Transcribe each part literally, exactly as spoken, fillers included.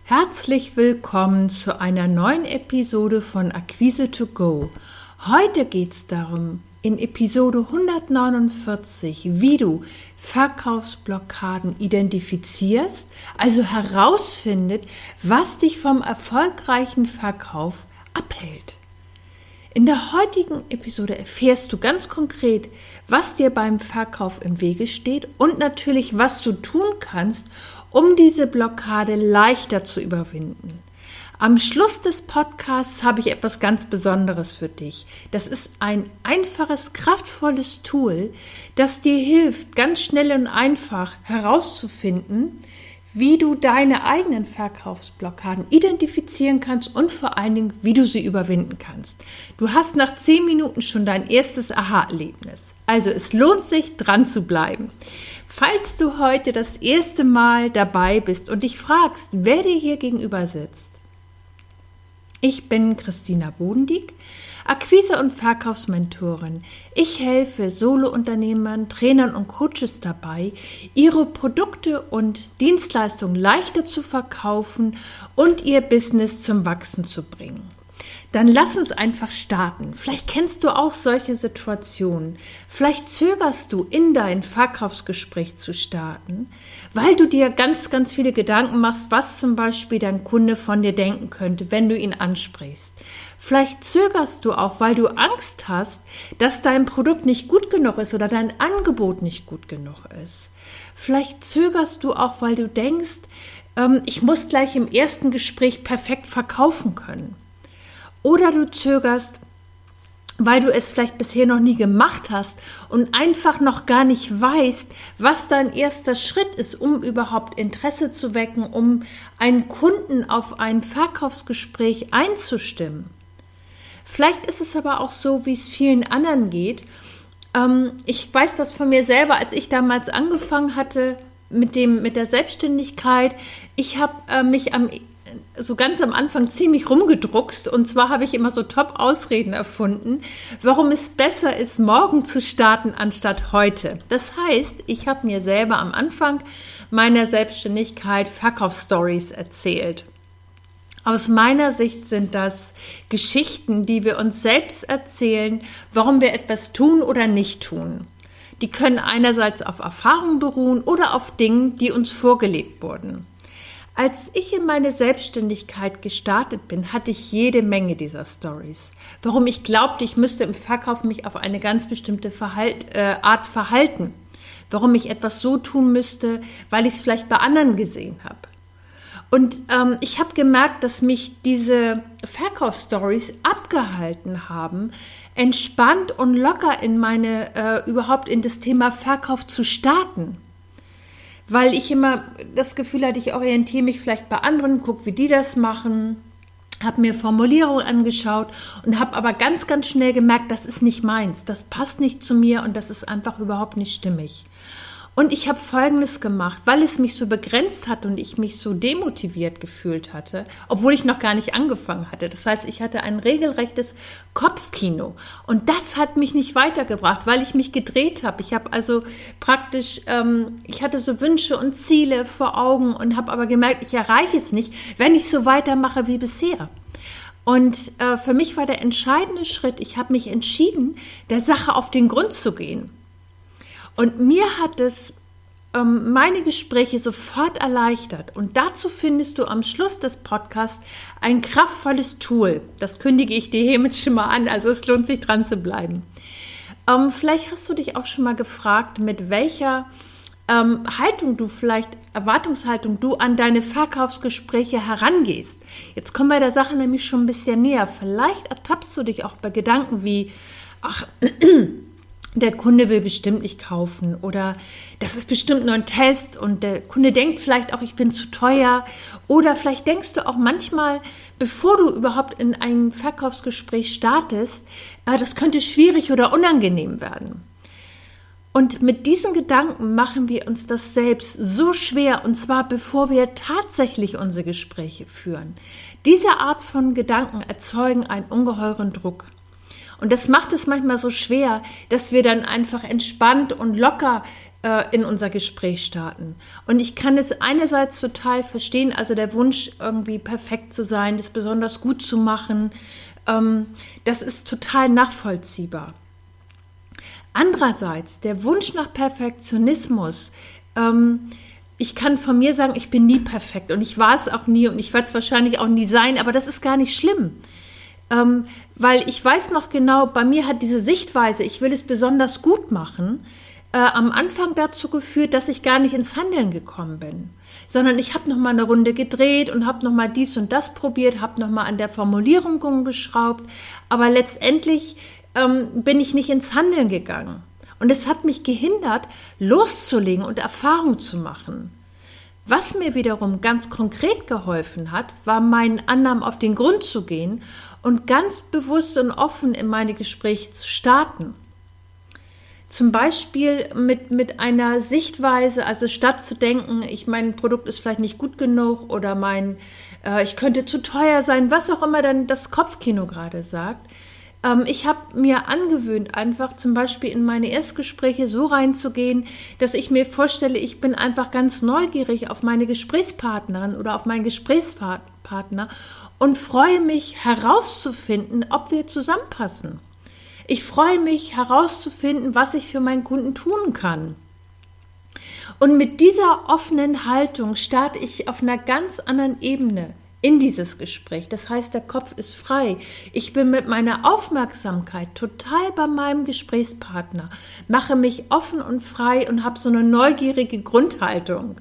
Herzlich willkommen zu einer neuen Episode von Akquise to Go. Heute geht es darum, in Episode hundertneunundvierzig, wie du Verkaufsblockaden identifizierst, also herausfindet, was dich vom erfolgreichen Verkauf abhält. In der heutigen Episode erfährst du ganz konkret, was dir beim Verkauf im Wege steht und natürlich, was du tun kannst, um diese Blockade leichter zu überwinden. Am Schluss des Podcasts habe ich etwas ganz Besonderes für dich. Das ist ein einfaches, kraftvolles Tool, das dir hilft, ganz schnell und einfach herauszufinden, wie du deine eigenen Verkaufsblockaden identifizieren kannst und vor allen Dingen, wie du sie überwinden kannst. Du hast nach zehn Minuten schon dein erstes Aha-Erlebnis. Also es lohnt sich, dran zu bleiben. Falls du heute das erste Mal dabei bist und dich fragst, wer dir hier gegenüber sitzt. Ich bin Christina Bodendieck, Akquise- und Verkaufsmentorin. Ich helfe Solo-Unternehmern, Trainern und Coaches dabei, ihre Produkte und Dienstleistungen leichter zu verkaufen und ihr Business zum Wachsen zu bringen. Dann lass uns einfach starten. Vielleicht kennst du auch solche Situationen. Vielleicht zögerst du, in dein Verkaufsgespräch zu starten, weil du dir ganz, ganz viele Gedanken machst, was zum Beispiel dein Kunde von dir denken könnte, wenn du ihn ansprichst. Vielleicht zögerst du auch, weil du Angst hast, dass dein Produkt nicht gut genug ist oder dein Angebot nicht gut genug ist. Vielleicht zögerst du auch, weil du denkst, ähm, ich muss gleich im ersten Gespräch perfekt verkaufen können. Oder du zögerst, weil du es vielleicht bisher noch nie gemacht hast und einfach noch gar nicht weißt, was dein erster Schritt ist, um überhaupt Interesse zu wecken, um einen Kunden auf ein Verkaufsgespräch einzustimmen. Vielleicht ist es aber auch so, wie es vielen anderen geht. Ich weiß das von mir selber, als ich damals angefangen hatte mit dem, mit der Selbstständigkeit. Ich habe mich am so ganz am Anfang ziemlich rumgedruckst und zwar habe ich immer so Top-Ausreden erfunden, warum es besser ist, morgen zu starten anstatt heute. Das heißt, ich habe mir selber am Anfang meiner Selbstständigkeit Verkaufsstories erzählt. Aus meiner Sicht sind das Geschichten, die wir uns selbst erzählen, warum wir etwas tun oder nicht tun. Die können einerseits auf Erfahrungen beruhen oder auf Dingen, die uns vorgelebt wurden. Als ich in meine Selbstständigkeit gestartet bin, hatte ich jede Menge dieser Stories. Warum ich glaubte, ich müsste im Verkauf mich auf eine ganz bestimmte Verhalt, äh, Art verhalten. Warum ich etwas so tun müsste, weil ich es vielleicht bei anderen gesehen habe. Und ähm, ich habe gemerkt, dass mich diese Verkaufsstories abgehalten haben, entspannt und locker in meine, äh, überhaupt in das Thema Verkauf zu starten. Weil ich immer das Gefühl hatte, ich orientiere mich vielleicht bei anderen, gucke, wie die das machen, habe mir Formulierungen angeschaut und habe aber ganz, ganz schnell gemerkt, das ist nicht meins, das passt nicht zu mir und das ist einfach überhaupt nicht stimmig. Und ich habe Folgendes gemacht, weil es mich so begrenzt hat und ich mich so demotiviert gefühlt hatte, obwohl ich noch gar nicht angefangen hatte. Das heißt, ich hatte ein regelrechtes Kopfkino und das hat mich nicht weitergebracht, weil ich mich gedreht habe. Ich habe also praktisch, ähm, ich hatte so Wünsche und Ziele vor Augen und habe aber gemerkt, ich erreiche es nicht, wenn ich so weitermache wie bisher. Und äh, für mich war der entscheidende Schritt, ich habe mich entschieden, der Sache auf den Grund zu gehen. Und mir hat es ähm, meine Gespräche sofort erleichtert. Und dazu findest du am Schluss des Podcasts ein kraftvolles Tool. Das kündige ich dir hiermit schon mal an, also es lohnt sich dran zu bleiben. Ähm, vielleicht hast du dich auch schon mal gefragt, mit welcher ähm, Haltung du vielleicht, Erwartungshaltung du an deine Verkaufsgespräche herangehst. Jetzt kommen wir der Sache nämlich schon ein bisschen näher. Vielleicht ertappst du dich auch bei Gedanken wie, ach, der Kunde will bestimmt nicht kaufen oder das ist bestimmt nur ein Test und der Kunde denkt vielleicht auch, ich bin zu teuer oder vielleicht denkst du auch manchmal, bevor du überhaupt in ein Verkaufsgespräch startest, das könnte schwierig oder unangenehm werden. Und mit diesen Gedanken machen wir uns das selbst so schwer und zwar bevor wir tatsächlich unsere Gespräche führen. Diese Art von Gedanken erzeugen einen ungeheuren Druck. Und das macht es manchmal so schwer, dass wir dann einfach entspannt und locker in unser Gespräch starten. Und ich kann es einerseits total verstehen, also der Wunsch, irgendwie perfekt zu sein, das besonders gut zu machen, ähm, das ist total nachvollziehbar. Andererseits, der Wunsch nach Perfektionismus, ähm, ich kann von mir sagen, ich bin nie perfekt und ich war es auch nie und ich werde es wahrscheinlich auch nie sein, aber das ist gar nicht schlimm. Ähm, weil ich weiß noch genau, bei mir hat diese Sichtweise, ich will es besonders gut machen, Äh, am Anfang dazu geführt, dass ich gar nicht ins Handeln gekommen bin, sondern ich habe noch mal eine Runde gedreht und habe noch mal dies und das probiert, habe noch mal an der Formulierung geschraubt, aber letztendlich ähm, bin ich nicht ins Handeln gegangen. Und es hat mich gehindert, loszulegen und Erfahrung zu machen. Was mir wiederum ganz konkret geholfen hat, war, meinen Annahmen auf den Grund zu gehen und ganz bewusst und offen in meine Gespräche zu starten. Zum Beispiel mit, mit einer Sichtweise, also statt zu denken, ich, mein Produkt ist vielleicht nicht gut genug oder mein, äh, ich könnte zu teuer sein, was auch immer dann das Kopfkino gerade sagt. Ähm, ich habe mir angewöhnt, einfach zum Beispiel in meine Erstgespräche so reinzugehen, dass ich mir vorstelle, ich bin einfach ganz neugierig auf meine Gesprächspartnerin oder auf meinen Gesprächspartner und freue mich herauszufinden, ob wir zusammenpassen. Ich freue mich herauszufinden, was ich für meinen Kunden tun kann. Und mit dieser offenen Haltung starte ich auf einer ganz anderen Ebene in dieses Gespräch. Das heißt, der Kopf ist frei. Ich bin mit meiner Aufmerksamkeit total bei meinem Gesprächspartner, mache mich offen und frei und habe so eine neugierige Grundhaltung.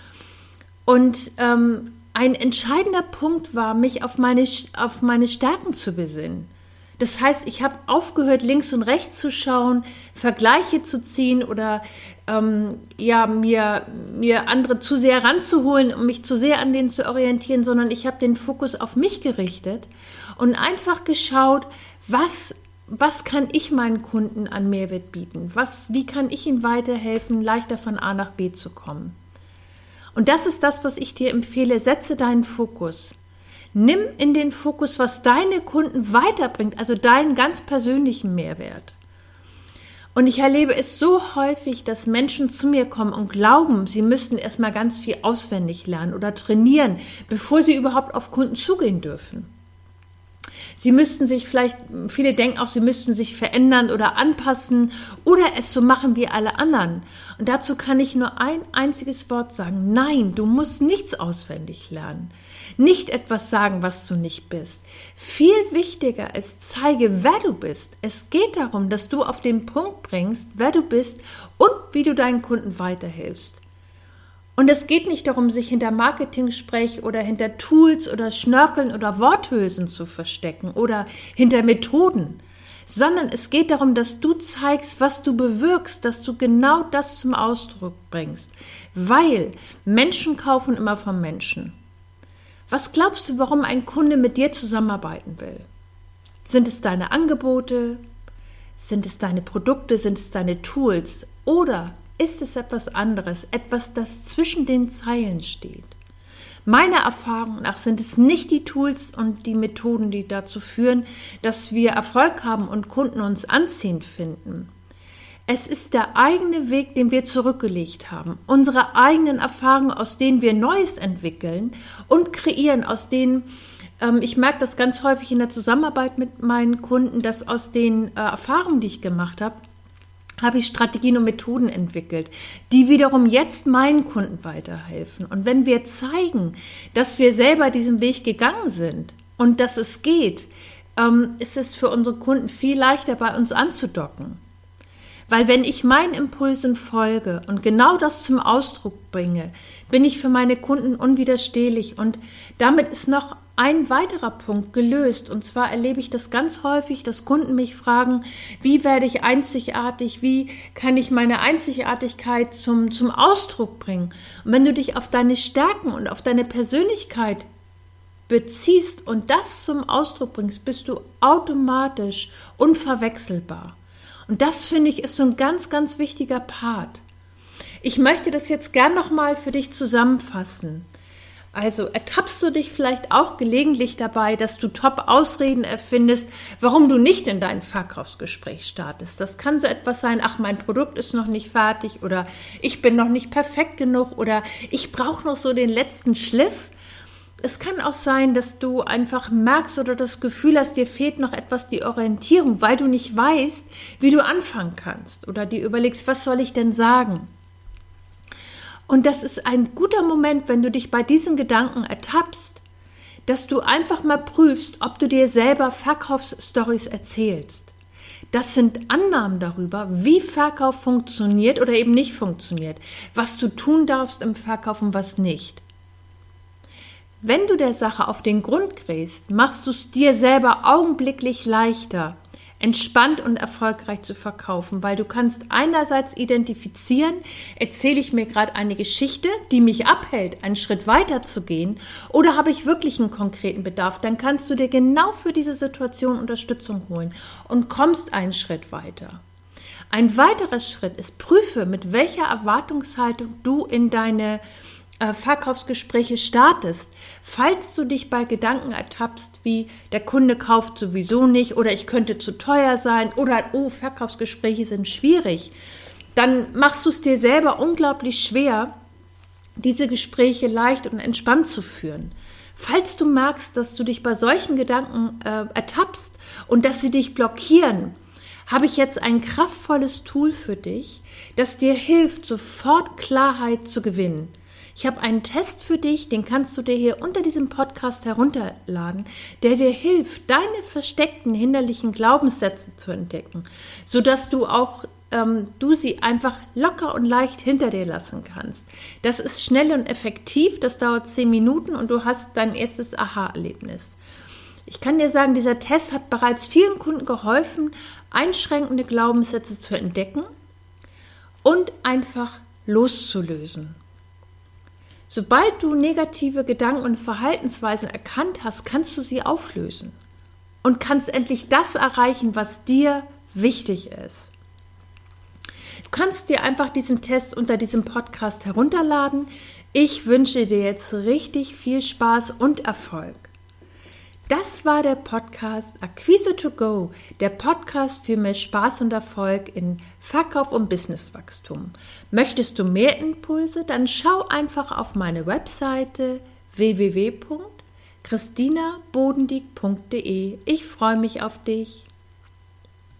Und ähm, ein entscheidender Punkt war, mich auf meine, auf meine Stärken zu besinnen. Das heißt, ich habe aufgehört, links und rechts zu schauen, Vergleiche zu ziehen oder ähm, ja, mir, mir andere zu sehr ranzuholen, um mich zu sehr an denen zu orientieren, sondern ich habe den Fokus auf mich gerichtet und einfach geschaut, was, was kann ich meinen Kunden an Mehrwert bieten? Was, wie kann ich ihnen weiterhelfen, leichter von A nach B zu kommen? Und das ist das, was ich dir empfehle, setze deinen Fokus. Nimm in den Fokus, was deine Kunden weiterbringt, also deinen ganz persönlichen Mehrwert. Und ich erlebe es so häufig, dass Menschen zu mir kommen und glauben, sie müssten erstmal ganz viel auswendig lernen oder trainieren, bevor sie überhaupt auf Kunden zugehen dürfen. Sie müssten sich vielleicht, viele denken auch, sie müssten sich verändern oder anpassen oder es so machen wie alle anderen. Und dazu kann ich nur ein einziges Wort sagen. Nein, du musst nichts auswendig lernen. Nicht etwas sagen, was du nicht bist. Viel wichtiger ist, zeige, wer du bist. Es geht darum, dass du auf den Punkt bringst, wer du bist und wie du deinen Kunden weiterhilfst. Und es geht nicht darum, sich hinter Marketing-Sprech oder hinter Tools oder Schnörkeln oder Worthülsen zu verstecken oder hinter Methoden, sondern es geht darum, dass du zeigst, was du bewirkst, dass du genau das zum Ausdruck bringst, weil Menschen kaufen immer von Menschen. Was glaubst du, warum ein Kunde mit dir zusammenarbeiten will? Sind es deine Angebote? Sind es deine Produkte? Sind es deine Tools? Oder ist es etwas anderes, etwas, das zwischen den Zeilen steht? Meiner Erfahrung nach sind es nicht die Tools und die Methoden, die dazu führen, dass wir Erfolg haben und Kunden uns anziehend finden. Es ist der eigene Weg, den wir zurückgelegt haben, unsere eigenen Erfahrungen, aus denen wir Neues entwickeln und kreieren, aus denen, ähm, ich merke das ganz häufig in der Zusammenarbeit mit meinen Kunden, dass aus den äh, Erfahrungen, die ich gemacht habe, habe ich Strategien und Methoden entwickelt, die wiederum jetzt meinen Kunden weiterhelfen. Und wenn wir zeigen, dass wir selber diesen Weg gegangen sind und dass es geht, ähm, ist es für unsere Kunden viel leichter, bei uns anzudocken. Weil wenn ich meinen Impulsen folge und genau das zum Ausdruck bringe, bin ich für meine Kunden unwiderstehlich. Und damit ist noch ein weiterer Punkt gelöst. Und zwar erlebe ich das ganz häufig, dass Kunden mich fragen, wie werde ich einzigartig, wie kann ich meine Einzigartigkeit zum, zum Ausdruck bringen? Und wenn du dich auf deine Stärken und auf deine Persönlichkeit beziehst und das zum Ausdruck bringst, bist du automatisch unverwechselbar. Und das, finde ich, ist so ein ganz, ganz wichtiger Part. Ich möchte das jetzt gern nochmal für dich zusammenfassen. Also ertappst du dich vielleicht auch gelegentlich dabei, dass du Top-Ausreden erfindest, warum du nicht in dein Verkaufsgespräch startest. Das kann so etwas sein, ach, mein Produkt ist noch nicht fertig oder ich bin noch nicht perfekt genug oder ich brauche noch so den letzten Schliff. Es kann auch sein, dass du einfach merkst oder das Gefühl hast, dir fehlt noch etwas die Orientierung, weil du nicht weißt, wie du anfangen kannst oder dir überlegst, was soll ich denn sagen? Und das ist ein guter Moment, wenn du dich bei diesen Gedanken ertappst, dass du einfach mal prüfst, ob du dir selber Verkaufsstories erzählst. Das sind Annahmen darüber, wie Verkauf funktioniert oder eben nicht funktioniert, was du tun darfst im Verkauf und was nicht. Wenn du der Sache auf den Grund gehst, machst du es dir selber augenblicklich leichter, entspannt und erfolgreich zu verkaufen, weil du kannst einerseits identifizieren, erzähle ich mir gerade eine Geschichte, die mich abhält, einen Schritt weiter zu gehen, oder habe ich wirklich einen konkreten Bedarf, dann kannst du dir genau für diese Situation Unterstützung holen und kommst einen Schritt weiter. Ein weiterer Schritt ist, prüfe, mit welcher Erwartungshaltung du in deine Verkaufsgespräche startest, falls du dich bei Gedanken ertappst, wie der Kunde kauft sowieso nicht oder ich könnte zu teuer sein oder oh, Verkaufsgespräche sind schwierig, dann machst du es dir selber unglaublich schwer, diese Gespräche leicht und entspannt zu führen. Falls du merkst, dass du dich bei solchen Gedanken äh, ertappst und dass sie dich blockieren, habe ich jetzt ein kraftvolles Tool für dich, das dir hilft, sofort Klarheit zu gewinnen. Ich habe einen Test für dich, den kannst du dir hier unter diesem Podcast herunterladen, der dir hilft, deine versteckten hinderlichen Glaubenssätze zu entdecken, sodass du auch ähm, du sie einfach locker und leicht hinter dir lassen kannst. Das ist schnell und effektiv, das dauert zehn Minuten und du hast dein erstes Aha-Erlebnis. Ich kann dir sagen, dieser Test hat bereits vielen Kunden geholfen, einschränkende Glaubenssätze zu entdecken und einfach loszulösen. Sobald du negative Gedanken und Verhaltensweisen erkannt hast, kannst du sie auflösen und kannst endlich das erreichen, was dir wichtig ist. Du kannst dir einfach diesen Test unter diesem Podcast herunterladen. Ich wünsche dir jetzt richtig viel Spaß und Erfolg. Das war der Podcast Akquise to Go, der Podcast für mehr Spaß und Erfolg in Verkauf und Businesswachstum. Möchtest du mehr Impulse? Dann schau einfach auf meine Webseite w w w punkt christina bodendieck punkt de. Ich freue mich auf dich.